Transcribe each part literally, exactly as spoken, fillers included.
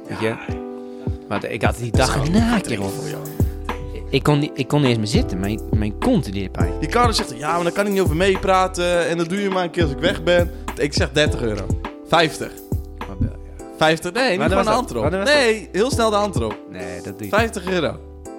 Weet je? Maar ik had die dag een naakje op. Ik kon, niet, ik kon niet eens meer zitten. Mijn, mijn kont deed pijn. Die Carlo zegt, ja, maar daar kan ik niet over meepraten. En dat doe je maar een keer als ik weg ben. Ik zeg dertig euro. vijftig. vijftig, nee, niet gewoon de hand erop. Nee, heel snel de hand erop. Nee, dat doe je vijftig euro.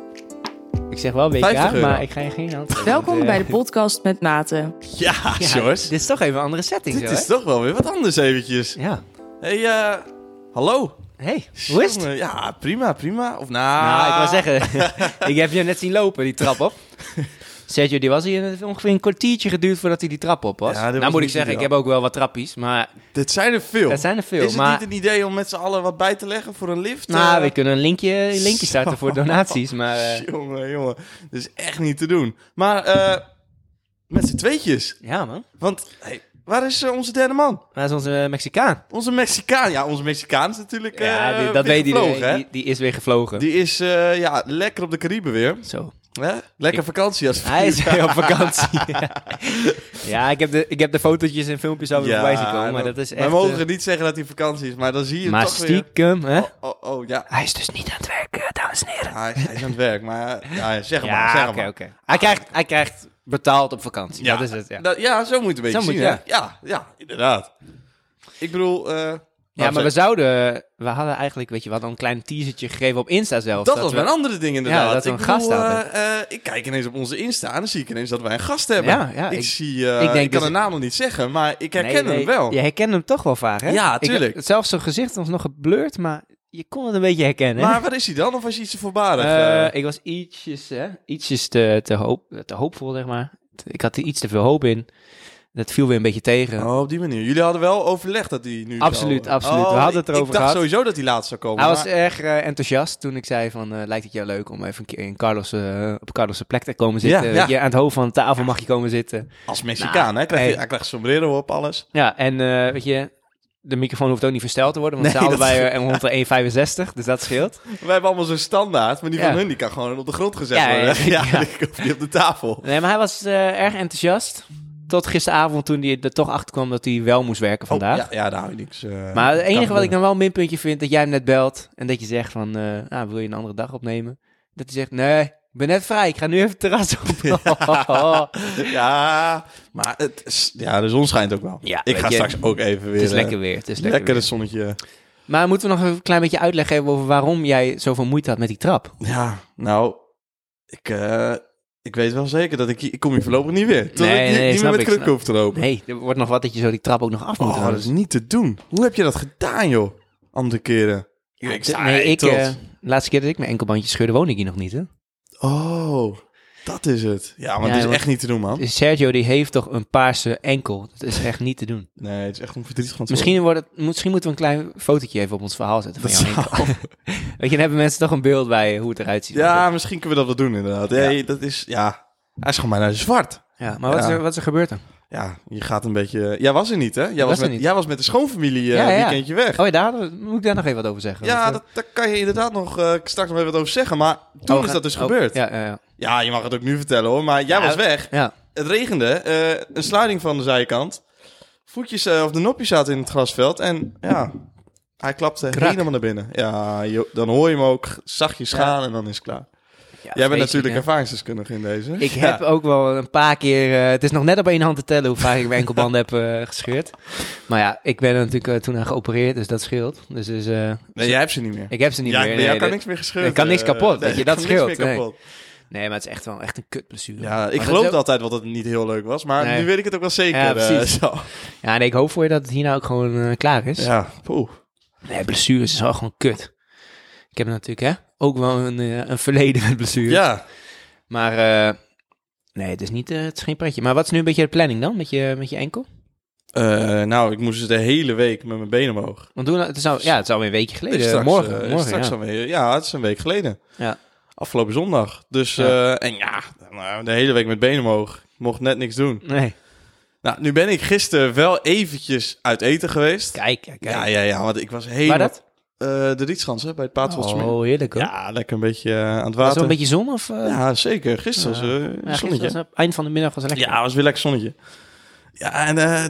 Ik zeg wel W K, maar ik ga je geen hand. Welkom bij de podcast met Maarten. Ja, ja, George. Dit is toch even een andere setting. Dit zo, is toch wel weer wat anders eventjes. Ja. Hey, uh, hallo. Hey, hoe is het? Ja, prima, prima. Of nou... Nou, ik wou zeggen, ik heb je net zien lopen, die trap op. Sergio, die was hier ongeveer een kwartiertje geduurd voordat hij die trap op was. Ja, nou moet ik zeggen, ideaal. Ik heb ook wel wat trappies, maar... Dit zijn er veel. Dat zijn er veel, Is het maar... niet een idee om met z'n allen wat bij te leggen voor een lift? Nou, uh... we kunnen een linkje, een linkje starten voor donaties, maar... Uh... Jongen, jongen. Dat is echt niet te doen. Maar, uh, met z'n tweetjes. Ja, man. Want, hey, waar is uh, onze derde man? Waar is onze uh, Mexicaan? Onze Mexicaan. Ja, onze Mexicaan is natuurlijk uh, ja, die, dat weet gevlogen, die, die, die is weer gevlogen. Die is, uh, ja, lekker op de Cariben weer. Zo. Hè? Lekker ik, vakantie als hij is weer op vakantie. ja, ja ik, heb de, ik heb de fotootjes en filmpjes over ja, voorbij zien komen, maar dat is echt... We mogen uh, niet zeggen dat hij vakantie is, maar dan zie je maar toch stiekem, weer... hè? Oh, oh, oh, ja. Hij is dus niet aan het werk, dames en heren. Ja, hij, hij is aan het werk, maar... Ja, zeg ja, maar, zeg okay, maar. Okay. Hij, krijgt, hij krijgt betaald op vakantie, ja, dat is het, ja. Dat, ja, zo moet je het een beetje zo zien, moet, ja. ja, ja, inderdaad. Ik bedoel... Uh, ja, maar we zouden... We hadden eigenlijk, weet je, we hadden een klein teasertje gegeven op Insta zelf. Dat, dat was we, mijn andere ding inderdaad. Ja, dat we ik een gast bedoel, hadden. Uh, uh, ik kijk ineens op onze Insta en dan zie ik ineens dat wij een gast hebben. Ja, ja, ik, ik, zie, uh, ik, denk ik kan dus, de naam nog niet zeggen, maar ik herken nee, hem nee, wel. Je herkent hem toch wel vaak, hè? Ja, tuurlijk. Ik, zelfs zijn gezicht was nog geblurred, maar je kon het een beetje herkennen. Maar waar is hij dan? Of was je iets te voorbarig? Uh, uh? Ik was ietsjes, hè, ietsjes te, te, hoop, te hoopvol, zeg maar. Ik had er iets te veel hoop in. Dat viel weer een beetje tegen. Oh, op die manier. Jullie hadden wel overlegd dat hij nu Absoluut, zou... absoluut. Oh, We hadden het erover gehad. Ik dacht gehad. sowieso dat hij laat zou komen. Hij maar... was erg uh, enthousiast toen ik zei van... Uh, lijkt het jou leuk om even een keer in Carlos, uh, op Carlos' plek te komen zitten. Ja, ja. Je, aan het hoofd van de tafel mag je komen zitten. Als Mexicaan, nou, hè? Krijg je, hey. Hij krijgt sombrero op, alles. Ja, en uh, weet je... De microfoon hoeft ook niet versteld te worden, want nee, ze allebei uh, rond de één komma vijfenzestig, dus dat scheelt. We hebben allemaal zo'n standaard, maar die ja. van hun die kan gewoon op de grond gezet ja, worden. Ja, ja, ja. Die komt niet op de tafel. Nee, maar hij was uh, erg enthousiast. Tot gisteravond toen hij er toch achter kwam dat hij wel moest werken vandaag. Oh, ja, ja, daar hou je niks. Uh, maar het enige wat ik dan wel een minpuntje vind, dat jij hem net belt en dat je zegt van, uh, ah, wil je een andere dag opnemen? Dat hij zegt, nee, ik ben net vrij, ik ga nu even het terras op. ja, ja, maar het is, ja, de zon schijnt ook wel. Ja, ik ga je, straks ook even weer... Het is lekker weer. Het is lekker, lekker weer. het zonnetje. Maar moeten we nog een klein beetje uitleg geven over waarom jij zoveel moeite had met die trap? Ja, nou, ik... Uh, Ik weet wel zeker dat ik... Ik kom hier voorlopig niet weer. Tot nee, ik nee, niet meer met krukken hoef te lopen. Nee, er wordt nog wat dat je zo die trap ook nog af moet. Oh, dat is niet te doen. Hoe heb je dat gedaan, joh? Andere keren. Ja, ik sta nee, ik... Uh, de laatste keer dat ik mijn enkelbandje scheurde, woonde ik hier nog niet, hè? Oh, dat is het. Ja, maar ja, het is echt niet te doen, man. Sergio, die heeft toch een paarse enkel. Dat is echt niet te doen. Nee, het is echt een verdrietig. Misschien, wordt het, misschien moeten we een klein fotootje even op ons verhaal zetten van jouw enkel. Weet je, dan hebben mensen toch een beeld bij hoe het eruit ziet. Ja, dat. Misschien kunnen we dat wel doen, inderdaad. Ja. Hey, dat is... Ja... Hij is gewoon bijna zwart. Ja, maar wat, ja. Is er, wat is er gebeurd dan? Ja, je gaat een beetje... Jij was er niet, hè? Jij, was, was, met, niet. jij was met de schoonfamilie uh, ja, ja. weekendje weg. Oh ja, daar moet ik daar nog even wat over zeggen. Ja, want, dat, daar kan je inderdaad nog uh, straks nog even wat over zeggen. Maar toen oh, is dat dus oh, gebeurd. Ja, ja, ja. ja, je mag het ook nu vertellen, hoor. Maar jij ja, was weg. Ja. Het regende. Uh, een sluiting van de zijkant. Voetjes uh, of de nopjes zaten in het grasveld. En ja, hij klapte Krak. helemaal naar binnen. Ja, je, dan hoor je hem ook zachtjes gaan ja. en dan is het klaar. Ja, Jij bent natuurlijk hè? ervaringsdeskundige in deze. Ik ja. heb ook wel een paar keer... Uh, het is nog net op één hand te tellen hoe vaak ik mijn enkelbanden heb uh, gescheurd. Maar ja, ik ben er natuurlijk uh, toen aan geopereerd, dus dat scheelt. Dus, dus, uh, nee, jij hebt ze niet meer. Ik heb ze niet ja, meer. Bij nee, jou kan de, niks meer gescheurd. Er kan niks kapot, uh, weet nee, je, dat scheelt. Niks meer kapot. Nee. nee, maar het is echt wel echt een kutblessure. Ja, ik maar geloofde ook... altijd wel dat het niet heel leuk was, maar nee. nu weet ik het ook wel zeker. Ja, precies. Uh, zo. Ja, nee, ik hoop voor je dat het hier nou ook gewoon uh, klaar is. Ja, poeh. Nee, blessures is wel gewoon kut. Ik heb natuurlijk, hè, ook wel een, uh, een verleden met blessures. Ja. Maar uh, nee, het is, niet, uh, het is geen pretje. Maar wat is nu een beetje de planning dan met je, met je enkel? Uh, nou, ik moest dus de hele week met mijn benen omhoog. Want toen, het is al, ja, het is alweer een weekje geleden. Straks, morgen. Uh, morgen straks ja. Alweer, ja, het is een week geleden. Ja. Afgelopen zondag. Dus, ja. Uh, en ja, de hele week met benen omhoog. Mocht net niks doen. Nee. Nou, nu ben ik gisteren wel eventjes uit eten geweest. Kijk, kijk, kijk. Ja, ja, ja, want ik was helemaal... Waar dat? Uh, de Rietschansen bij het Paterwoldsemeer. Oh, heerlijk hoor. Ja, lekker een beetje uh, aan het water. Was er een beetje zon? Of, uh... Ja, zeker. Gisteren was uh, ja, zonnetje. Gisteren was, eind van de middag was het lekker. Ja, het was weer lekker zonnetje. Ja, en uh, het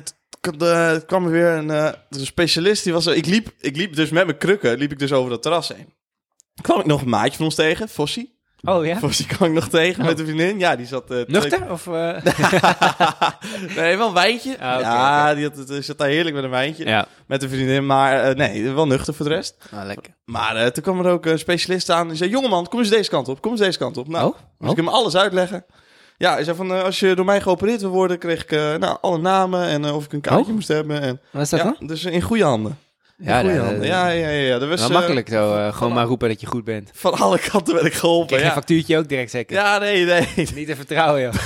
uh, kwam er weer een, uh, een specialist. Die was er. Ik liep, ik liep dus met mijn krukken, liep ik dus over dat terras heen. Kwam ik nog een maatje van ons tegen, Fossie. Oh ja? Fossie kwam ik nog tegen oh. met een vriendin. Ja, die zat... Uh, Nuchter? twee... Of, uh... nee, wel een wijntje. Ah, okay, ja, okay. die had, die zat daar heerlijk met een wijntje. Ja. Met een vriendin, maar uh, nee, wel nuchter voor de rest. Ah, lekker. Maar uh, toen kwam er ook een specialist aan. Die zei, jongeman, kom eens deze kant op. Kom eens deze kant op. Nou, oh? dus ik hem alles uitleggen. Ja, hij zei van, uh, als je door mij geopereerd wil worden, kreeg ik uh, nou, alle namen en uh, of ik een kaartje oh? moest hebben. En, wat is dat ja, dan? Dus uh, in goede handen. Ja, goede de, handen. De, ja, ja, ja, ja. Dat was wel uh, makkelijk zo, uh, gewoon maar roepen dat je goed bent. Van alle kanten werd ik geholpen. Krijg je ja. een factuurtje ook direct zeker? Ja, nee, nee. Niet te vertrouwen, joh.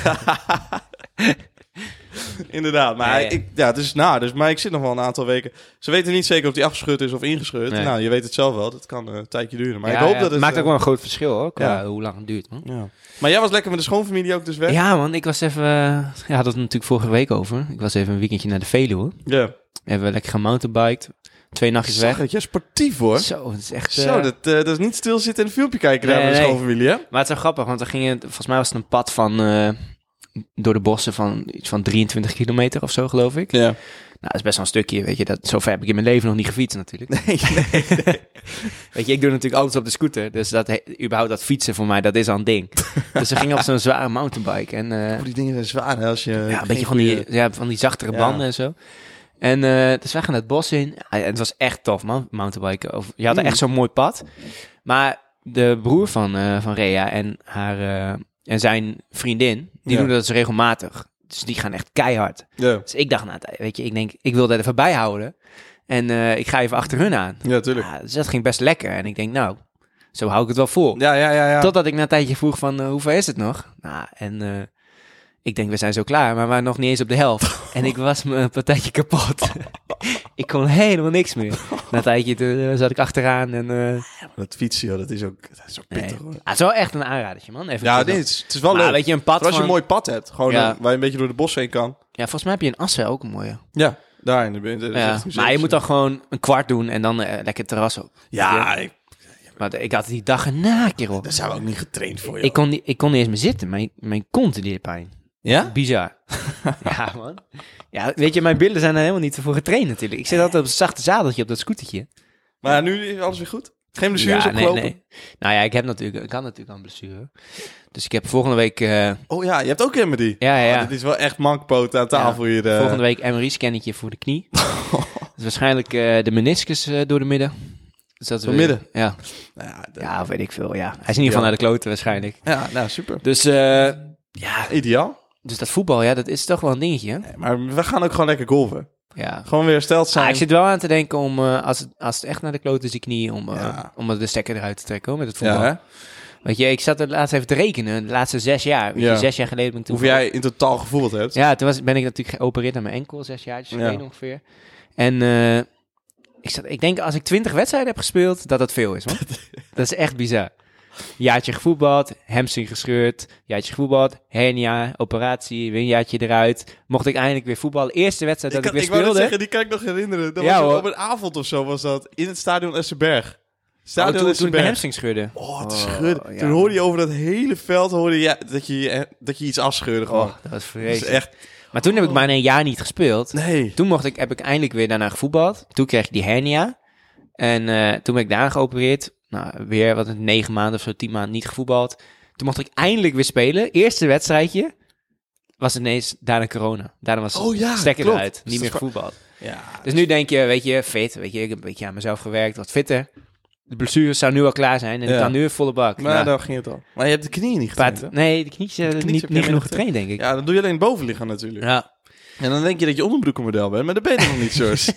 Inderdaad, maar ja, ja. Ik, ja, dus, nou, dus, maar ik zit nog wel een aantal weken. Ze weten niet zeker of die afgescheurd is of ingescheurd. Nee. Nou, je weet het zelf wel. Dat kan uh, een tijdje duren. Maar ja, ik hoop ja, dat het maakt ook uh, wel een groot verschil, hoor. Qua ja. hoe lang het duurt, man. Ja. Maar jij was lekker met de schoonfamilie ook dus weg? Ja, man. Ik was even... Uh, ja, hadden het natuurlijk vorige week over. Ik was even een weekendje naar de Veluwe. Ja. Hebben we lekker gemountainbiked. Twee nachtjes weg. Dat je sportief, hoor. Zo, dat is echt... Uh... Zo, dat, uh, dat is niet stilzitten en een filmpje kijken nee, daar met de schoonfamilie, hè? Maar het is wel grappig, want er ging, volgens mij was het een pad van... Uh, door de bossen van iets van drieëntwintig kilometer of zo, geloof ik. Ja. Nou, dat is best wel een stukje, weet je. Dat, zo ver heb ik in mijn leven nog niet gefietst natuurlijk. Nee, nee, nee. Weet je, ik doe natuurlijk altijd op de scooter. Dus dat, he, überhaupt dat fietsen voor mij, dat is al een ding. Dus we gingen op zo'n zware mountainbike. En, uh, oh, die dingen zijn zwaar, hè? Als je ja, een beetje van die, ja, van die zachtere banden ja. en zo. En uh, dus wij gaan het bos in. Ja, het was echt tof, man, mountainbiken. Je had er echt zo'n mooi pad. Maar de broer van, uh, van Rea en haar... Uh, en zijn vriendin, die ja. doen dat dus regelmatig. Dus die gaan echt keihard. Ja. Dus ik dacht, nou, weet je, ik denk, ik wil dat even bijhouden. En uh, ik ga even achter hun aan. Ja, tuurlijk. Ja, dus dat ging best lekker. En ik denk, nou, zo hou ik het wel vol. Ja, ja, ja. ja. Totdat ik na een tijdje vroeg van, uh, hoeveel is het nog? Nou, en uh, ik denk, we zijn zo klaar. Maar we waren nog niet eens op de helft. En ik was mijn partijtje kapot. Ik kon helemaal niks meer. Na een tijdje toen, uh, zat ik achteraan en... Uh, ja, dat fietsen, joh, dat is ook, dat is ook pittig, nee. hoor. Ah, het is wel echt een aanradertje, man. Even ja, nee, het, is, het is wel maar, leuk. Weet je, een pad als je van... een mooi pad hebt, gewoon ja. een, waar je een beetje door de bos heen kan. Ja, volgens mij heb je in Assen ook een mooie. Ja, daar in de binnen. Ja. Maar je moet dan gewoon een kwart doen en dan uh, lekker terras op. Ja, ik, maar ik had die dag erna, kerel. Daar zijn we ook niet getraind voor, joh. Ik kon, niet, ik kon niet eens meer zitten. Mijn, mijn kont deed pijn. Ja? Bizar. Ja, man. Ja, weet je, mijn billen zijn er helemaal niet voor getraind natuurlijk. Ik zit altijd op een zachte zadeltje op dat scootertje. Maar ja, nu is alles weer goed? Geen blessures ja, opgelopen? Nee, nee. Nou ja, ik heb natuurlijk, ik had natuurlijk al een blessure. Dus ik heb volgende week... Uh... Oh ja, je hebt ook helemaal die. Ja, ja. Oh, dit is wel echt mankpoot aan tafel ja. hier. Uh... Volgende week M R I-scannetje voor de knie. Dus waarschijnlijk uh, de meniscus uh, door de midden. Dus dat door midden? Ja. Nou ja, de... ja, weet ik veel, ja. Hij is in ieder geval ja. naar de kloten waarschijnlijk. Ja, nou super. Dus uh, ja... Ideaal. Dus dat voetbal, ja, dat is toch wel een dingetje. Hè? Nee, maar we gaan ook gewoon lekker golven. Ja. Gewoon weer hersteld zijn. Ah, ik zit wel aan te denken om, uh, als, het, als het echt naar de kloot is, die knie, om, uh, ja. om de stekker eruit te trekken hoor, met het voetbal. Ja, weet je, ik zat er laatst even te rekenen, de laatste zes jaar. Weet je, ja. Zes jaar geleden ben ik toen... Hoeveel jij in totaal gevoeld hebt. Ja, toen was, ben ik natuurlijk geopereerd aan mijn enkel, zes jaar geleden ja. ongeveer. En uh, ik, zat, ik denk als ik twintig wedstrijden heb gespeeld, dat dat veel is, hoor. Dat is echt bizar. Jaartje gevoetbald, hamstring gescheurd, jaartje gevoetbald, hernia, operatie, weer een jaartje eruit. Mocht ik eindelijk weer voetballen. Eerste wedstrijd dat ik, kan, ik weer ik speelde. Zeggen, die kan ik nog herinneren. Dat ja, was op een avond of zo was dat, in het stadion Essenberg. Stadion oh, toen, Essenberg. Toen ik mijn hamstring scheurde. Oh, het scheurde. Oh, ja. Toen hoorde je over dat hele veld hoorde je, ja, dat, je, dat je iets afscheurde gewoon. Oh, dat was vreselijk. Dat is echt... Maar toen heb ik bijna een jaar niet gespeeld. Nee. Toen mocht ik, heb ik eindelijk weer daarna gevoetbald. Toen kreeg ik die hernia. En uh, toen ben ik daar geopereerd. Nou, weer wat een negen maanden of zo, tien maanden niet gevoetbald. Toen mocht ik eindelijk weer spelen. Eerste wedstrijdje was ineens daarna corona. Daarna was oh, ja, stekker klopt. eruit. Niet meer gevoetbald. Ja. Dus nu denk je, weet je, fit. Weet je, ik heb een beetje aan mezelf gewerkt, wat fitter. De blessures zou nu al klaar zijn en ja. ik kan nu volle bak. Maar nou, daar ging het al. Maar je hebt de knieën niet getraind, Paard, Nee, de knieën, de knieën niet, niet genoeg getraind, denk ik. Ja, dan doe je alleen het bovenlichaam natuurlijk. Ja. En dan denk je dat je onderbroekenmodel bent, maar dat ben je nog niet, George.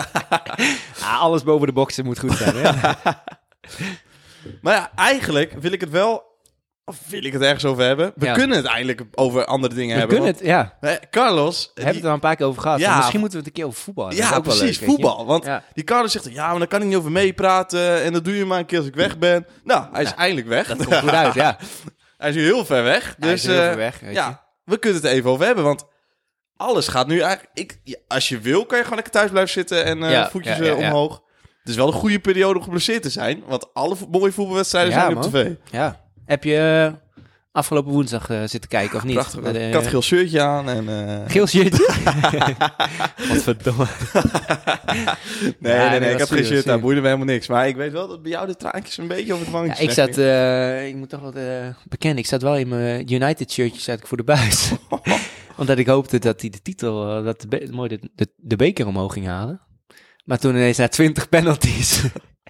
ah, alles boven de boksen moet goed zijn, hè? Maar ja, eigenlijk wil ik het wel... Of wil ik het ergens over hebben? We ja. kunnen het eigenlijk over andere dingen we hebben. We kunnen want, het, ja. Carlos... We die, hebben het er al een paar keer over gehad. Ja, misschien moeten we het een keer over voetbal hebben. Ja, precies, leuk, voetbal. Want ja. die Carlos zegt, ja, maar dan kan ik niet over meepraten. En dat doe je maar een keer als ik weg ben. Nou, hij is ja, eindelijk weg. Dat komt goed uit, ja. Hij is nu heel ver weg. Dus, hij is heel uh, ver weg, weet ja, je. we kunnen het even over hebben, want... Alles gaat nu eigenlijk... Ik, ja, als je wil, kan je gewoon lekker thuis blijven zitten en uh, ja, voetjes ja, ja, ja. omhoog. Het is wel een goede periode om geblesseerd te zijn, want alle vo- mooie voetbalwedstrijden ja, zijn man. op tv. Ja. Heb je uh, afgelopen woensdag uh, zitten kijken, of niet? Prachtig. De, ik had een geel shirtje aan. En, uh... Geel shirtje? Wat verdomme. nee, ja, nee, nee, ik had geen shirt aan, aan. Boeide me helemaal niks. Maar ik weet wel dat bij jou de traantjes een beetje over het wangetje ja, ik zat, uh, ik moet toch wel uh, bekennen, ik zat wel in mijn United shirtje zat ik voor de buis. Omdat ik hoopte dat hij de titel, uh, dat de, be- mooi de, de, de beker omhoog ging halen. Maar toen ineens na twintig penalties...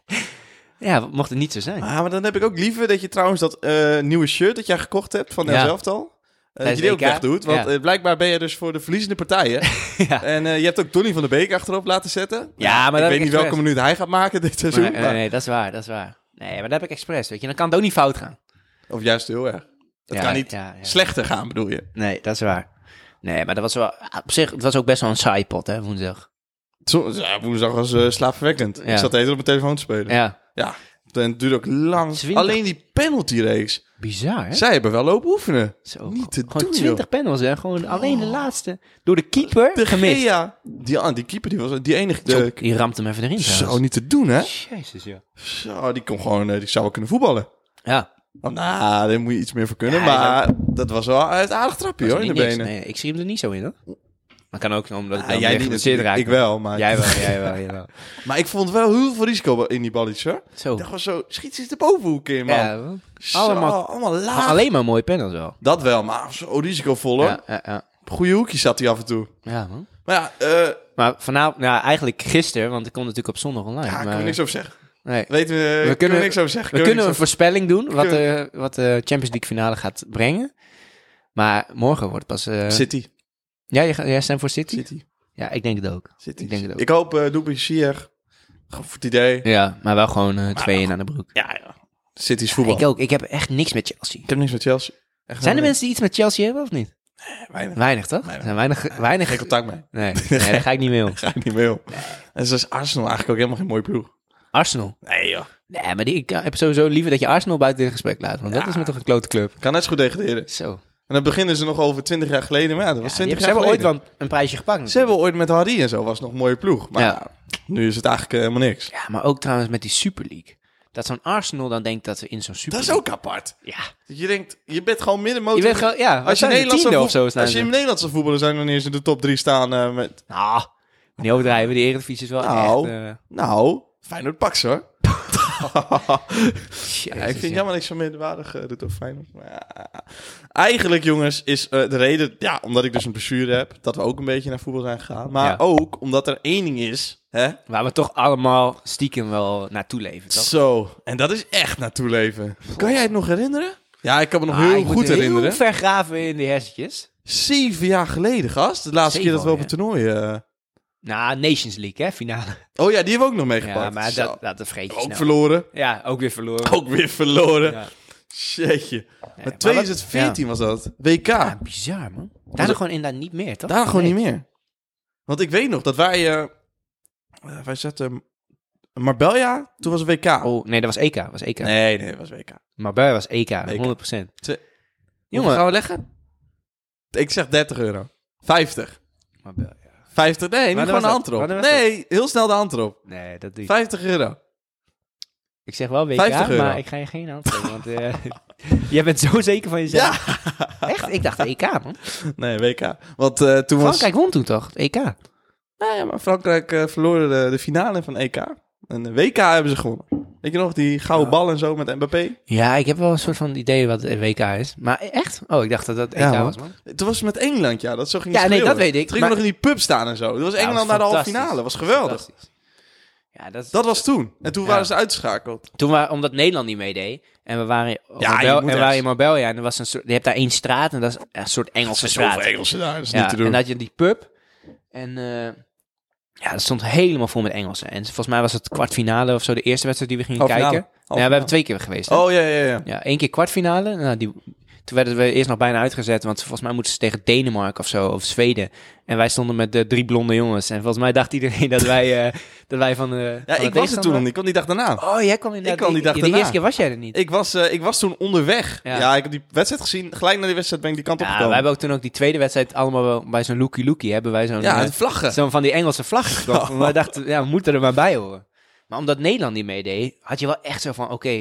Ja, mocht het niet zo zijn. Ah, maar dan heb ik ook liever dat je trouwens dat uh, nieuwe shirt dat jij gekocht hebt van ja. Elftal, uh, dat je die ook wegdoet. Want ja. uh, blijkbaar ben je dus voor de verliezende partijen. ja. En uh, je hebt ook Donny van de Beek achterop laten zetten. Ja, maar ik dat weet niet welke minuut hij gaat maken dit seizoen. Nee, nee, nee, nee, dat is waar, dat is waar. Nee, maar dat heb ik expres, weet je. Dan kan het ook niet fout gaan. Of juist heel erg. Het ja, kan niet ja, ja. slechter gaan, bedoel je? Nee, dat is waar. Nee, maar dat was wel... Op zich, het was ook best wel een saai pot, hè, woensdag. Zo, ja, woensdag was uh, slaapverwekkend. Ja. Ik zat even op mijn telefoon te spelen. Ja. Ja. En het duurde ook lang. twintig Alleen die penalty-reeks. Bizar, hè? Zij hebben wel lopen oefenen. Zo, niet te gewoon doen, twintig panels, hè? Gewoon oh. alleen de laatste. Door de keeper de gemist. Ja, die, ah, die keeper, die was die enige... De, Zo, die ramt hem even erin. Zo, trouwens. niet te doen, hè? Jezus, ja. Zo, die kon gewoon... Die zou wel kunnen voetballen. Ja. Oh, nou, daar moet je iets meer voor kunnen. Ja, maar dat was wel een aardig trapje, hoor, in de niks. benen. Nee, ik zie hem er niet zo in, hoor. Maar kan ook omdat ik Ja, dan jij weer niet geblesseerd raak. Ik wel, maar... Jij wel, jij wel, jij wel. Maar ik vond wel heel veel risico in die balletjes, hoor. Zo. Ik dacht wel zo, schiet ze eens de bovenhoek in, man. Ja, Zo, allemaal, allemaal laag. alleen maar mooie panels wel. Dat wel, maar zo risicovol, hoor. Ja, ja, ja. Op goede hoekjes zat hij af en toe. Ja, man. Maar ja, uh, Maar vanavond, nou eigenlijk gisteren, want ik kon natuurlijk op zondag online. ja, daar maar, kan ik niks over zeggen. Nee. Weten we, We kunnen kunnen- we niks over zeggen. We kunnen een niks over- voorspelling doen wat Kunnen- de, wat de Champions League finale gaat brengen. Maar morgen wordt pas... uh, City. Ja, jij, jij stemt voor City? City. Ja, ik denk het ook. City. Ik denk het ook. Ik hoop uh, Doelpuntje Ziyech. Goed idee. Ja, maar wel gewoon uh, twee in aan de broek. Ja, ja. City is voetbal. Ik ook. Ik heb echt niks met Chelsea. Ik heb niks met Chelsea. Echt Zijn er wel mensen die iets met Chelsea hebben of niet? niks. Weinig. Weinig, toch? Weinig. Er zijn weinig... weinig... Geen contact mee. Nee, nee, daar ga ik niet mee om. Ga ik niet mee om. En zo is Arsenal eigenlijk ook helemaal geen mooie ploeg. Arsenal. Nee, joh. Nee, maar die, ik heb sowieso liever dat je Arsenal buiten dit gesprek laat. Want Ja. dat is me toch een klote club. Kan net zo goed degraderen. Zo. En dan beginnen ze nog over twintig jaar geleden. Maar ja, dat was Ja, die twintig hebben, ze jaar hebben ooit geleden. wel een prijsje gepakt. Ze hebben ooit met Hardy en zo was nog een mooie ploeg. Maar Ja. ja, nu is het eigenlijk uh, helemaal niks. Ja, maar ook trouwens met die Super League. Dat zo'n Arsenal dan denkt dat ze in zo'n Super Dat is ook apart. Ja. Dat je denkt, je bent gewoon middenmotor. Je bent gewoon... Ja, als je, in Nederlandse tiende voet- of zo staan als je ze. in Nederlandse voetballen zijn, dan niet eens in de top drie staan uh, met... Nou, niet overdrijven. Die Eredivisie is wel Nou. echt... Uh, Nou, Feyenoord pakt ze, hoor. jezus, Ja, ik vind ja. helemaal niks van middenwaardig uh, doet op Feyenoord. Maar ja. Eigenlijk, jongens, is uh, de reden... Ja, omdat ik dus een blessure heb, dat we ook een beetje naar voetbal zijn gegaan. Maar Ja. ook omdat er één ding is, hè? Waar we toch allemaal stiekem wel naartoe leven, toch? Zo, en dat is echt naartoe leven. Kan jij het nog herinneren? Ja, ik kan me nog Ah, heel ik moet goed herinneren. heel ver graven in de hersentjes. Zeven jaar geleden, gast. De laatste Zeven keer dat we al, op het toernooi... uh, Nou, Nations League, hè, finale. Oh ja, die hebben we ook nog meegepakt. Ja, maar Zo. dat, dat, dat vergeet je Ook snel. verloren. Ja, ook weer verloren. Ook weer verloren. Ja. Jeetje. Nee, Maar twintig veertien was dat. W K. Ja, bizar, man. Daarna gewoon inderdaad niet meer, toch? Daar gewoon Nee. niet meer. Want ik weet nog dat wij... uh, uh, wij zaten... Marbella, toen was het W K. Oh, nee, dat was E K. Was E K. Nee, nee, dat was W K. Marbella was E K, W K. honderd procent. Twee- Jongen. Hoeveel gaan we leggen? Ik zeg dertig euro. vijftig. Marbella, ja. vijftig, nee, niet Wanneer gewoon de was hand dat? erop. Wanneer was Nee, heel snel de hand erop. Nee, dat doe je. vijftig euro. Ik zeg wel W K, vijftig euro. maar ik ga je geen hand geven, want uh, jij bent zo zeker van jezelf. Ja. Echt? Ik dacht E K, man. Nee, W K. Want uh, toen was... Frankrijk won toen toch, het E K? Nou ja, maar Frankrijk uh, verloor de, de finale van E K. En de W K hebben ze gewonnen. Weet je nog, die gouden bal en zo met Mbappé? Ja, ik heb wel een soort van idee wat het W K is. Maar echt? Oh, ik dacht dat dat E K Ja, man. was, man. Toen was het met Engeland, ja. Dat zo ging Ja, het nee, schreeuwen. dat weet ik, Toen gingen we maar- nog in die pub staan en zo. Dat was Ja, Engeland was naar de halve fantastisch. finale. Dat was geweldig. Fantastisch. Ja, dat, is- Dat was toen. En toen Ja. waren ze uitgeschakeld. Toen waren, omdat Nederland niet meedeed. En we waren, op Ja, je Marbella- moet en we echt- waren in Marbella. En er was een soort, je hebt daar één straat. En dat is een soort Engelse straat. Engelsen daar. Dat is Ja, niet te doen. en dan had je die pub. En eh, ja, dat stond helemaal vol met Engelsen. En volgens mij was het kwartfinale of zo. De eerste wedstrijd die we gingen Halve finale. kijken. Halve Ja, we finale. hebben twee keer geweest. Hè? Oh, ja, ja, ja. Ja, één keer kwartfinale. Nou, die, toen werden we eerst nog bijna uitgezet. Want volgens mij moesten ze tegen Denemarken of zo. Of Zweden. En wij stonden met de drie blonde jongens. En volgens mij dacht iedereen dat wij, uh, dat wij van de. Ja, ik was er toen nog niet. Ik kwam die dag daarna. Oh, jij kwam inderdaad. Ik kwam die dag de, daarna. de eerste keer was jij er niet. Ik was, uh, ik was toen onderweg. Ja. Ja. ik heb die wedstrijd gezien. Gelijk na die wedstrijd ben ik die kant op Ja, gekomen. wij hebben ook toen ook die tweede wedstrijd allemaal wel bij zo'n lookie lookie hebben wij zo'n Ja, eh, de vlaggen. zo'n van die Engelse vlaggen gekocht. Want wij dachten, ja, we moeten er maar bij horen. Maar omdat Nederland niet meedeed, had je wel echt zo van, oké, okay,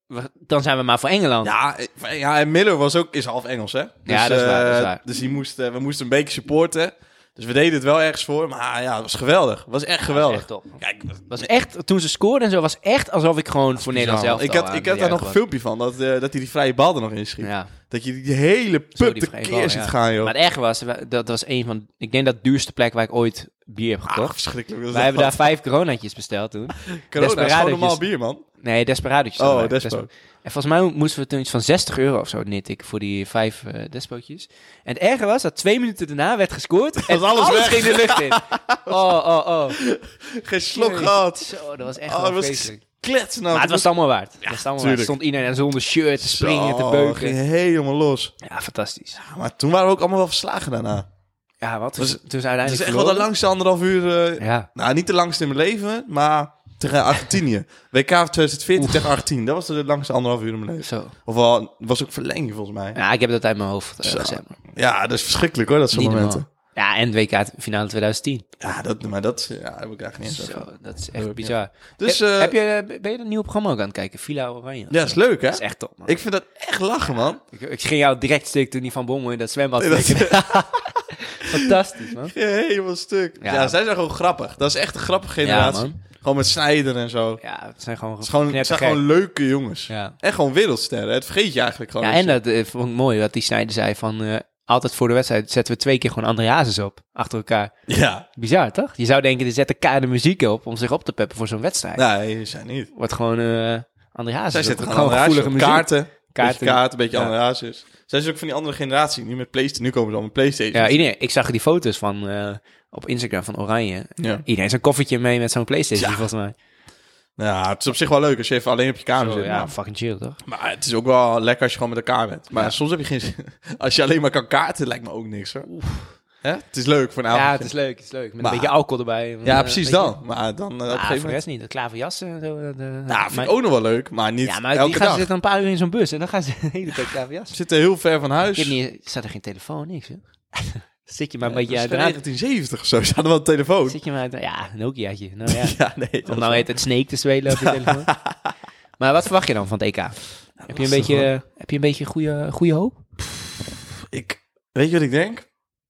we, dan zijn we maar voor Engeland. Ja, ja, en Miller was ook, is half Engels, hè? Dus, ja, dat is waar. Dat is waar. Uh, dus die moest, uh, we moesten een beetje supporten. Dus we deden het wel ergens voor. Maar ja, het was geweldig. Het was echt geweldig. Dat was echt top. Kijk, was echt, toen ze scoorden en zo, was echt alsof ik gewoon voor Nederland zelf Ik had, ik had daar nog een filmpje van, dat, uh, dat hij die vrije bal er nog in schiet. Ja. Dat je die hele pub tekeer ziet ja. gaan, joh. Maar het erge was, dat was een van, ik denk dat de duurste plek waar ik ooit bier heb gekocht. Ah, verschrikkelijk. Wij hebben daar vijf coronatjes besteld toen. Corona is gewoon normaal bier, man. Nee, Desperadootjes. Oh, Despo. En volgens mij moesten we toen iets van zestig euro of zo ik voor die vijf uh, Despootjes. En het erge was dat twee minuten daarna werd gescoord en alles, alles weg. ging de lucht in. Oh, oh, oh. Geen slok gehad. Zo, dat was echt oh, wel was vreselijk. Kletsen nou. Maar het was allemaal waard. Ja, het allemaal waard. Stond iedereen zonder shirt te springen, Zo, te beuken. ging helemaal los. Ja, fantastisch. Ja, maar toen waren we ook allemaal wel verslagen daarna. Ja, wat? Was, toen is uiteindelijk Het is echt wel de langste anderhalf uur. Uh, ja. Nou, niet de langste in mijn leven, maar tegen Argentinië. W K twintig veertien Oef. Tegen Argentinië. Dat was de langste anderhalf uur in mijn leven. Zo. Of wel, was ook verlenging volgens mij. Ja, ik heb dat uit mijn hoofd uh, gezet. Ja, dat is verschrikkelijk hoor, dat soort momenten. Normaal. Ja, en W K finale twintig tien. Ja, dat, maar dat, ja, dat heb ik eigenlijk niet eens. Zo, dat is echt bizar. Ja. Dus, He, uh, heb je, ben je een nieuw programma ook aan het kijken? Villa Oranje? Ja, dat is leuk, hè? Dat is echt top, man. Ik vind dat echt lachen, man. Ik, ik ging jou direct stuk toen die Van Bommel in dat zwembad nee, dat fantastisch, man. Ja, helemaal stuk. Ja. ja, zij zijn gewoon grappig. Dat is echt een grappige generatie. Ja, man. Gewoon met Snijder en zo. Ja, het zijn gewoon, het is gewoon, het zijn gewoon leuke jongens. Ja. En gewoon wereldsterren. Het vergeet je eigenlijk gewoon. Ja, en dat uh, vond ik mooi wat die Snijder zei van... Uh, altijd voor de wedstrijd zetten we twee keer gewoon André Hazes op. Achter elkaar. Ja. Bizar, toch? Je zou denken, er zet elkaar de muziek op om zich op te peppen voor zo'n wedstrijd. Nee, zij niet. Wordt gewoon uh, André Hazes. Zij zetten gewoon gevoelige muziek. Kaarten. Kaarten. Beetje kaarten, een beetje ja. André Hazes. Zij zijn ook van die andere generatie. Nu met PlayStation. Nu komen ze al met PlayStation. Ja, iedereen, ik zag die foto's van uh, op Instagram van Oranje. Ja. Iedereen zijn koffertje mee met zo'n PlayStation, ja. volgens mij. Ja, het is op zich wel leuk als je even alleen op je kamer Zo, zit. Ja, maar. fucking chill, toch? Maar het is ook wel lekker als je gewoon met elkaar bent. Maar ja. soms heb je geen zin. Als je alleen maar kan kaarten, lijkt me ook niks, hoor. Hè? Het is leuk voor een avond. Ja, het is leuk, het is leuk. Met maar, een beetje alcohol erbij. Ja, uh, precies dan. Maar dan uh, op ja, een gegeven moment... voor de rest niet. De klaverjassen en zo. De, nou, vind maar, ik ook nog wel leuk, maar niet ja, maar elke die gaan dag. zitten een paar uur in zo'n bus en dan gaan ze de hele tijd klaverjassen. Ze zitten heel ver van huis. Ik heb niet, staat er geen telefoon, niks, hè? Zit je maar een ja, beetje uit negentien zeventig of zo, ze hadden wel een telefoon. Zit je maar uit, ja, een Nokiaatje. Nou ja, ja nee. Om nou heet het Snake te spelen op je telefoon. Maar wat verwacht je dan van het E K? Nou, heb, je een beetje, uh, heb je een beetje goede, goede hoop? Pff, ik, weet je wat ik denk?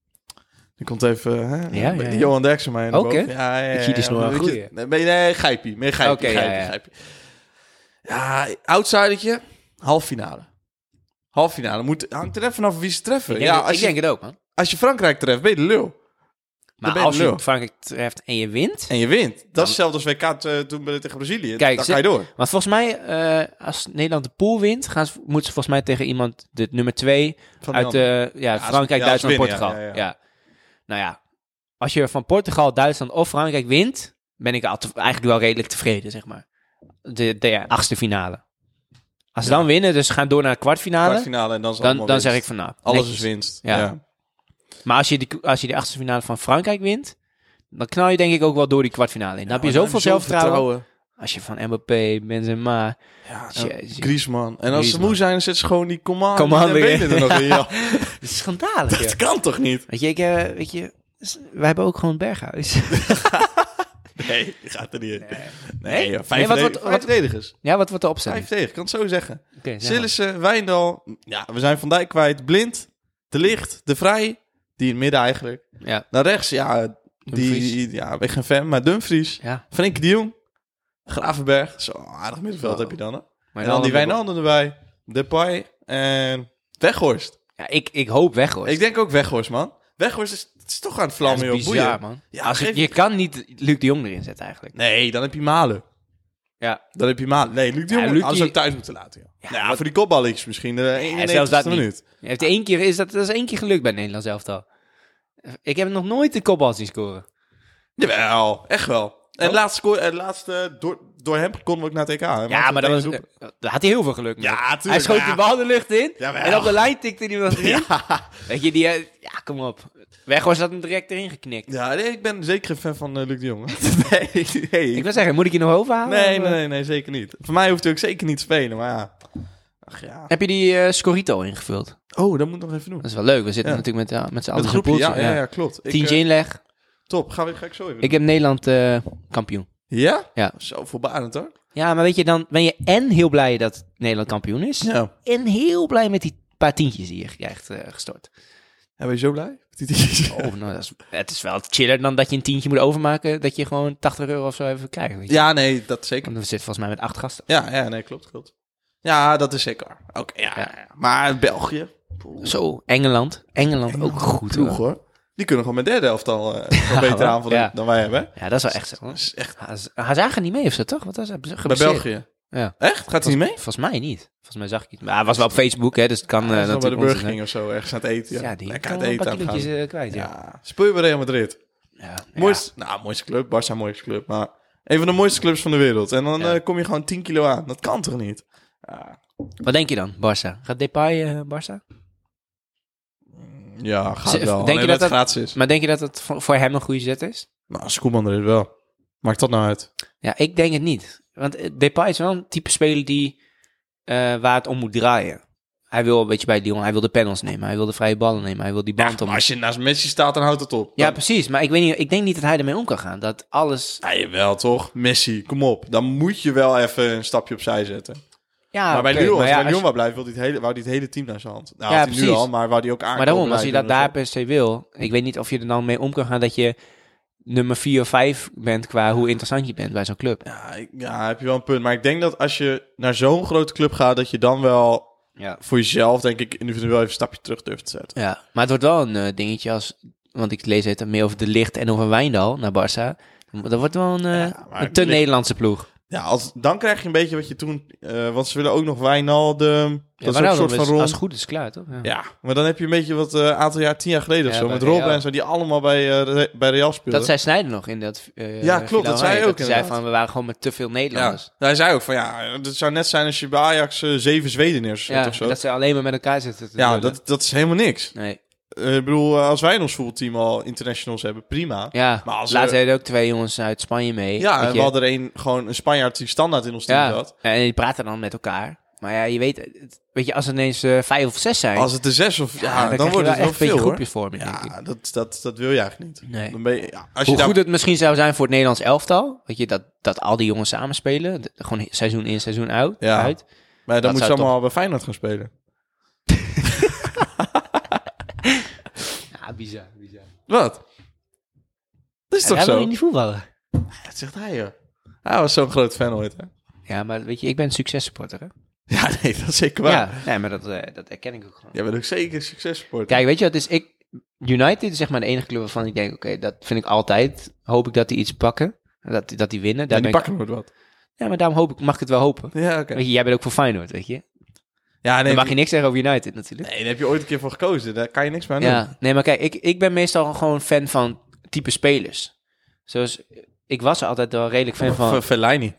Er komt even hè, ja, ja, ja. Johan Derksen mij naar boven. Okay. Ja, ja, ja, ik zie die snor ja, groeien. Nee, nee, Gijpie. Meer Gijpie. Okay, Gijpie, ja, ja. Gijpie. Ja, outsidertje, half finale. Half finale. Moet, hangt er even vanaf wie ze treffen. Ik denk, ja, het, als ik je, denk het ook, man. Als je Frankrijk treft, ben je de lul. Maar als je Frankrijk treft en je wint... En je wint. Dat dan, is hetzelfde als W K uh, toen bij tegen Brazilië. Kijk, dan ga je door. Maar volgens mij, uh, als Nederland de pool wint... Gaan ze, moeten ze volgens mij tegen iemand, de nummer twee... Van uit uh, ja, ja, Frankrijk, ja, Duitsland, winnen, Portugal. Ja, ja, ja. ja. Nou ja, als je van Portugal, Duitsland of Frankrijk wint... ben ik altijd eigenlijk wel redelijk tevreden, zeg maar. De, de ja, achtste finale. Als ze ja. dan winnen, dus gaan door naar de kwartfinale... kwartfinale en dan, dan, dan zeg ik van nou... Alles netjes. is winst. Ja. ja. Maar als je, die, als je de achtste finale van Frankrijk wint... dan knal je denk ik ook wel door die kwartfinale in. Dan ja, heb je zoveel zelfvertrouwen. Als je van Mbappé, Benzema... Ja, Griezmann. En als Griezmann. ze moe zijn, dan zetten ze gewoon die command, command die benen er nog in. Ja. Dat is schandalig. Dat ja. kan toch niet? Weet je, ik, uh, weet je wij hebben ook gewoon Berghuis. Nee, je gaat er niet in. Nee, nee, nee vijf, nee, wat, wat, vijf verdedigers. Ja, wat wordt de opstelling? Vijf verdedigers, ik kan het zo zeggen. Okay, Sillissen, Wijndal. Ja, we zijn Van Dijk kwijt. Blind, De Ligt, De Vrij. Die in het midden eigenlijk. Ja. Naar rechts, ja, die, ja, ik ben geen fan, maar Dumfries. Ja. Frenkie de Jong. Gravenberg. Zo, aardig middenveld oh. heb je dan, hè? Maar en dan die Wijnaldum erbij. Depay en Weghorst. Ja, ik, ik hoop Weghorst. Ik denk ook Weghorst, man. Weghorst is, het is toch aan het vlammen, ja, joh. Boeien. Man. Ja, Als geef... je, je kan niet Luc de Jong erin zetten, eigenlijk. Nee, dan heb je Malen. Ja. Dan heb je Malen. Nee, Luc de Jong ja, Luc die... ook thuis moeten laten. Ja, ja, nou, ja voor die kopballetjes misschien. De ja, zelfs dat minuut. Niet. Heeft één keer, is dat, dat is één keer gelukt bij Nederland elftal. Ik heb nog nooit de kopbal zien scoren. Jawel, echt wel. En het laatste, score, het laatste door, door hem konden we ook naar het E K. Hè? Ja, maar dat was, uh, daar had hij heel veel geluk mee. Ja, tuurlijk, hij schoot ja. de bal de lucht in Jawel. en op de lijn tikte hij wat erin. Ja. Weet je, die... Uh, ja, kom op. Weghorst had hem direct erin geknikt. Ja, nee, ik ben zeker geen fan van uh, Luc de Jong. nee, nee. Ik wil zeggen, moet ik je nog overhalen? Nee, nee, nee, nee, zeker niet. Voor mij hoeft hij ook zeker niet te spelen, maar ja. Ach, ja. Heb je die uh, Scorito ingevuld? Oh, dat moet ik nog even doen. Dat is wel leuk. We zitten ja. natuurlijk met, uh, met z'n allen in een groepje. Ja, ja, ja, klopt. Tientje uh, inleg. Top, ga, we, ga ik zo even Ik doen. heb Nederland uh, kampioen. Ja? Ja. Zo voorbarend hoor. Ja, maar weet je, dan ben je en heel blij dat Nederland kampioen is. Ja. En heel blij met die paar tientjes die je krijgt uh, gestort. Ja, ben je zo blij? Oh, nou, dat is, het is wel chiller dan dat je een tientje moet overmaken, dat je gewoon tachtig euro of zo even krijgt. Weet je? Ja, nee, dat zeker. Want we zitten volgens mij met acht gasten. Ja, ja, nee, klopt, klopt. Ja, dat is zeker. Oké, okay, ja, ja. Maar België. Poeh. Zo, Engeland. Engeland, Engeland ook goed hoor. hoor. Die kunnen gewoon met derde elftal uh, wel beter aanvallen ja. dan wij hebben. Ja, dat is wel echt zo. Dat is echt... Hij zagen niet mee of zo, toch? Wat was hij? Bij België. Ja. Echt? Gaat hij niet mee? Volgens mij niet. Volgens mij zag ik het. Maar hij was wel op Facebook, hè, dus het kan ja, uh, natuurlijk... bij de Burger King of zo, ergens aan het eten. Ja, ja die lekker kan aan het eten een paar kilootjes uh, kwijt, ja. ja. Speel je bij Real Madrid. Ja. Mooiste, ja. Nou, mooiste club. Barça mooiste club. Maar een van de mooiste clubs van de wereld. En dan ja. uh, kom je gewoon tien kilo aan. Dat kan toch niet? Ja. Wat denk je dan, Barça? Gaat Depay uh, Barça? Ja, gaat wel. Denk je dat het gratis is. Maar denk je dat het voor hem een goede zet is? Nou, als Koeman er is wel. Maakt dat nou uit? Ja, ik denk het niet. Want Depay is wel een type speler die uh, waar het om moet draaien. Hij wil een beetje bij Lyon, hij wil de panels nemen, hij wil de vrije ballen nemen, hij wil die band ja, om. Maar als je naast Messi staat, dan houdt het op. Ja, dan... precies. Maar ik weet niet, ik denk niet dat hij ermee om kan gaan. Dat alles... Ja, jawel toch? Messi, kom op. Dan moet je wel even een stapje opzij zetten. Ja, maar bij okay, Lyon, als ja, hij bij Lyon je... wou blijven, wil hij het hele, wou hij het hele team naar zijn hand. Nou, ja, had hij precies. nu al, maar wou hij ook aankomen. Maar daarom, als je dat daar per se wil, ik weet niet of je er dan mee om kan gaan dat je nummer vier of vijf bent qua hoe interessant je bent bij zo'n club. Ja, ik, ja, heb je wel een punt. Maar ik denk dat als je naar zo'n grote club gaat, dat je dan wel ja. voor jezelf, denk ik, individueel even een stapje terug durft te zetten. Ja, maar het wordt wel een uh, dingetje als, want ik lees het meer over de Ligt en over Wijndal naar Barça. Dat wordt wel een, uh, ja, een te Nederlandse ploeg. Ja, als, dan krijg je een beetje wat je toen... Uh, want ze willen ook nog Wijnaldum. Ja, dat is ook een soort van rol. Als het goed is, klaar, toch? Ja. ja, maar dan heb je een beetje wat een uh, aantal jaar, tien jaar geleden ja, of zo. Met Robben en zo, die allemaal bij, uh, bij Real speelden. Dat zei Sneijder nog in dat uh, ja, klopt, dat zei hij ook. Hij zei van, we waren gewoon met te veel Nederlanders. Ja. Hij zei ook van, ja, het zou net zijn als je bij Ajax uh, zeven Zweden neerzet ja, of zo. dat ze alleen maar met elkaar zitten. Ja, dat, dat is helemaal niks. Nee. Uh, ik bedoel, als wij in ons voetbalteam al internationals hebben, prima. Ja, maar als laatst we... deden ook twee jongens uit Spanje mee. Ja, en we hadden er een, gewoon een Spanjaard die standaard in ons team ja, had. En die praten dan met elkaar. Maar ja, je weet, weet je, als er ineens uh, vijf of zes zijn. Als het er zes of ja, ja dan, dan wordt het wel veel, hoor. Vormen, ja, dat, dat, dat wil je eigenlijk niet. Nee. Dan ben je, ja, als Hoe je goed daar... het misschien zou zijn voor het Nederlands elftal. Weet je, dat, dat al die jongens samen spelen. De, gewoon seizoen in, seizoen uit. Ja. uit. Maar dan moet je allemaal toch... bij Feyenoord gaan spelen. Ja, bizar, bizar. Wat? Dat is ja, toch hij zo? wil je niet voetballen. Dat zegt hij, joh. Hij was zo'n groot fan ooit, hè? Ja, maar weet je, ik ben een successupporter, hè? Ja, nee, dat is zeker waar. Ja, nee, maar dat, uh, dat herken ik ook gewoon. Jij bent ook zeker een successupporter. Kijk, weet je wat, is ik... United is zeg maar de enige club waarvan ik denk, oké, okay, dat vind ik altijd. Hoop ik dat die iets pakken. Dat, dat die winnen. Daar ja, die ben pakken ik... nooit wat. Ja, maar daarom hoop ik, mag ik het wel hopen. Ja, oké. Okay. Weet je, jij bent ook voor Feyenoord, weet je? Ja, nee, dan mag je niks zeggen over United natuurlijk. Nee, daar heb je ooit een keer voor gekozen. Daar kan je niks mee doen. Ja, nee, maar kijk, ik, ik ben meestal gewoon fan van type spelers. Zoals, ik was er altijd wel redelijk fan van... Fellaini.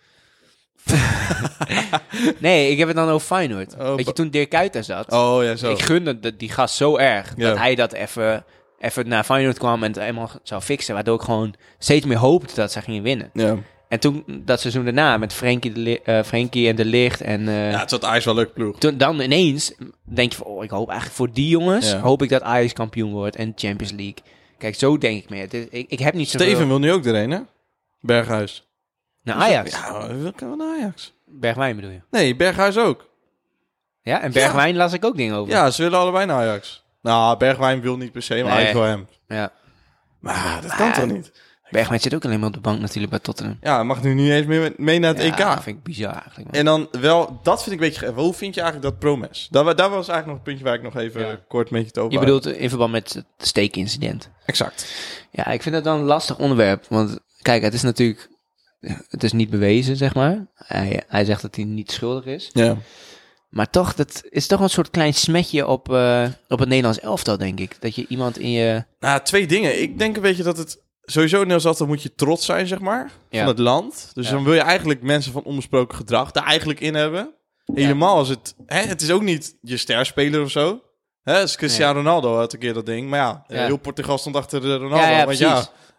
Nee, ik heb het dan over Feyenoord. Oh, weet je, toen Dirk Kuyt daar zat... Oh, ja, zo. Ik gunde die gast zo erg, ja. dat hij dat even, even naar Feyenoord kwam en het helemaal zou fixen. Waardoor ik gewoon steeds meer hoopte dat ze gingen winnen. Ja. En toen, dat seizoen daarna, met Frenkie, de, uh, Frenkie en De Ligt en... Uh, ja, het zat Ajax wel leuk ploeg. Toen, dan ineens denk je van, oh, ik hoop eigenlijk voor die jongens, ja. hoop ik dat Ajax kampioen wordt en Champions League. Kijk, zo denk ik meer. Ik, ik heb niet zoveel... Steven wil nu ook erheen, hè? Berghuis. Naar Ajax? Ja, wil ik wel naar Ajax. Bergwijn bedoel je? Nee, Berghuis ook. Ja, en Bergwijn ja. las ik ook dingen over. Ja, ze willen allebei naar Ajax. Nou, Bergwijn wil niet per se, maar nee. Ajax wil hem. Ja. Maar dat kan ah, toch niet? Bergwijn zit ook alleen maar op de bank natuurlijk bij Tottenham. Ja, mag nu niet eens meer mee naar het ja, E K. dat vind ik bizar eigenlijk. Man. En dan wel, dat vind ik een beetje... Hoe vind je eigenlijk dat Promes? Daar, daar was eigenlijk nog een puntje waar ik nog even ja. kort met je het over Je bedoelt in verband met het steekincident? Exact. Ja, ik vind dat dan een lastig onderwerp. Want kijk, het is natuurlijk... Het is niet bewezen, zeg maar. Hij, hij zegt dat hij niet schuldig is. Ja. Maar toch, dat is toch een soort klein smetje op, uh, op het Nederlands elftal, denk ik. Dat je iemand in je... Nou, twee dingen. Ik denk een beetje dat het... Sowieso in Nederlands elftal moet je trots zijn, zeg maar. Ja. Van het land. Dus ja. dan wil je eigenlijk mensen van onbesproken gedrag daar eigenlijk in hebben. Helemaal ja. als het... Hè, het is ook niet je sterspeler of zo. Hè, dus Cristiano ja. Ronaldo had een keer dat ding. Maar ja, ja. heel Portugal stond achter Ronaldo. Ja, ja, want ja,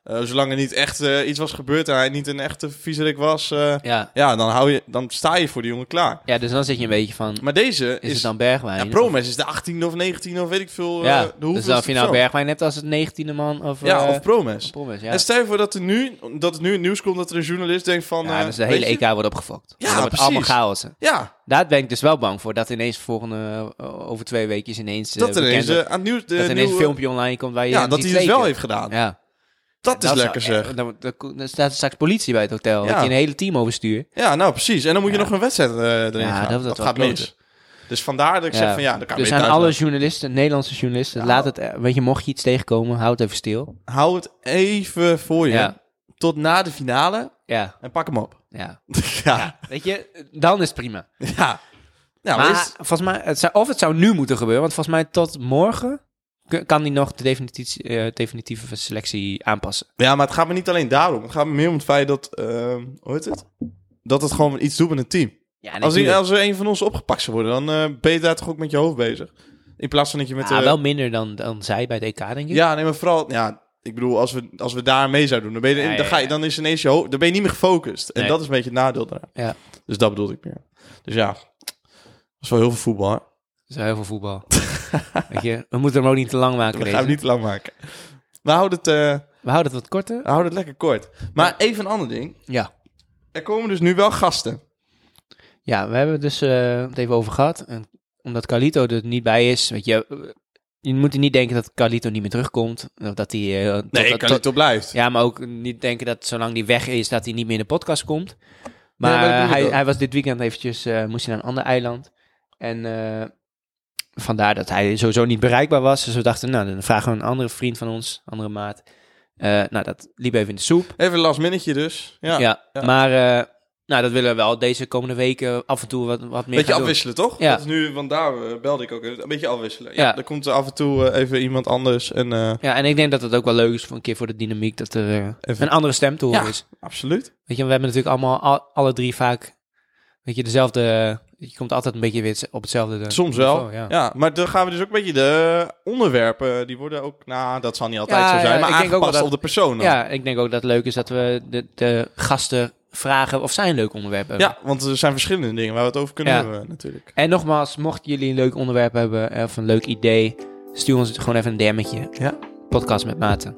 Uh, zolang er niet echt uh, iets was gebeurd en hij niet een echte viezerik was, uh, Ja. ja, dan, hou je, dan sta je voor die jongen klaar. Ja, dus dan zit je een beetje van... Maar deze is... is het dan Bergwijn? Ja, Promes is de achttiende of negentiende of weet ik veel. Ja, uh, de hoeveelste dus of je nou persoon. Bergwijn hebt als het negentiende man of... Ja, uh, of Promes. Of Promes, ja. En stel je voor dat er nu, dat het nu in het nieuws komt dat er een journalist denkt van... Ja, uh, dus de weet hele je? E K wordt opgefokt. Ja, En dan wordt precies. allemaal chaos. Ja, Daar ben ik dus wel bang voor. Dat ineens volgende, uh, over twee weken ineens... Uh, dat er ineens bekend uh, aan het nieuws... de dat er ineens nieuwe- een filmpje online komt waar je Ja, hem dat ziet hij het wel faken. heeft gedaan. Ja. Dat is zou- lekker zeg. eh, Dan, dan, dan staat er straks politie bij het hotel. Ja. Dat je een hele team overstuurt. Ja, nou precies. En dan moet je Ja. nog een wedstrijd uh, erin Ja, gaan. dat Dat, wordt wel gaat kloten. mis. Dus vandaar dat ik zeg van ja, dan kan je dus beter aan thuis alle blijven. journalisten, Nederlandse journalisten, Ja. laat het, eh, weet je, mocht je iets tegenkomen, houd het even stil. Hou het even voor je. Ja. Tot na de finale Ja, en pak hem op. ja. Ja. Weet je, dan is het prima. Ja. Ja, maar maar is- volgens mij, het zou, of het zou nu moeten gebeuren, want volgens mij tot morgen k- kan hij nog de definitieve, eh, definitieve selectie aanpassen. ja, maar het gaat me niet alleen daarom. Het gaat me meer om het feit dat, uh, hoe heet het? Dat het gewoon iets doet met een team. Ja, Als, natuurlijk. die, als er een van ons opgepakt zou worden, dan uh, ben je daar toch ook met je hoofd bezig. In plaats van dat je met... Ja, uh, wel minder dan, dan zij bij het E K, denk ik. ja, nee, maar vooral... Ja, ik bedoel, als we, als we daar mee zouden doen, dan, ben je, Ja, ja, dan, ga je, ja. dan is ineens je hoofd... Dan ben je niet meer gefocust. En Nee. dat is een beetje het nadeel daaraan. Ja. Dus dat bedoelde ik meer. Dus ja, dat is wel heel veel voetbal, hè? Dat is heel veel voetbal. Weet je, we moeten hem ook niet te lang maken. Dat deze. gaan we niet te lang maken. We houden het, uh, We houden het wat korter. we houden het lekker kort. Maar even een ander ding. Ja. Er komen dus nu wel gasten. Ja, we hebben het dus uh, het even over gehad. En omdat Carlito er niet bij is, weet je, uh, je moet er niet denken dat Carlito niet meer terugkomt. Of dat hij... Uh, tot- Nee, tot- Carlito blijft. Ja, maar ook niet denken dat zolang hij weg is, dat hij niet meer in de podcast komt. Maar, Nee, maar dat uh, bedoel ik hij, ook. hij was dit weekend eventjes, uh, moest hij naar een ander eiland. En uh, vandaar dat hij sowieso niet bereikbaar was. Dus we dachten, nou, dan vragen we een andere vriend van ons, andere maat. Uh, nou, dat liep even in de soep. Even een last minnetje dus. Ja. Ja, ja. maar uh, nou, dat willen we wel deze komende weken af en toe wat, wat meer Beetje gaan afwisselen, toch? Ja. Dat is nu, want daar uh, belde ik ook even. Een beetje afwisselen. Ja, Ja. er komt af en toe uh, even iemand anders. En, uh, doen. Ja, en ik denk dat het ook wel leuk is voor een keer voor de dynamiek dat er uh, Even- een andere stem te horen Ja. is. absoluut. Weet je, we hebben natuurlijk allemaal al, alle drie vaak, weet je, dezelfde. Je komt altijd een beetje weer op hetzelfde. de- Soms wel. niveau, ja. ja. maar dan gaan we dus ook een beetje de onderwerpen. Die worden ook, nou, dat zal niet altijd Ja, zo zijn. ja, maar ik denk ook aangepast wel dat- op de persoon. dan. Ja, ik denk ook dat het leuk is dat we de, de gasten vragen of zij een leuk onderwerp hebben. Ja, want er zijn verschillende dingen waar we het over kunnen Ja. hebben natuurlijk. En nogmaals, mochten jullie een leuk onderwerp hebben of een leuk idee, stuur ons gewoon even een D M'tje. Ja. Podcast met Maarten.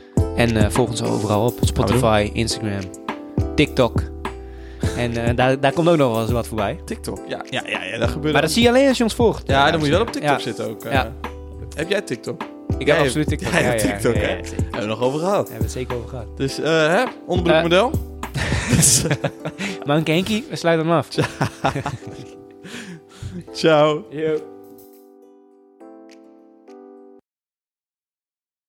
En uh, volg ons overal op. Spotify, Instagram, TikTok. En uh, daar, daar komt ook nog wel eens wat voorbij. TikTok. Ja, ja, ja, ja dat gebeurt. Maar dat zie je alleen als je ons volgt. Ja, dan moet je wel op TikTok Ja. zitten ook. uh. Ja. Heb jij TikTok? Ik heb Jij absoluut hebt- TikTok. jij hebt Ja, ja, TikTok, ja, hè? ja, ja, zeker. Hebben we het nog over gehad. Daar hebben we het zeker over gehad. Dus, uh, hè? Onderbroekmodel? Maar een Henkie, we sluiten hem af. Ciao. Yo.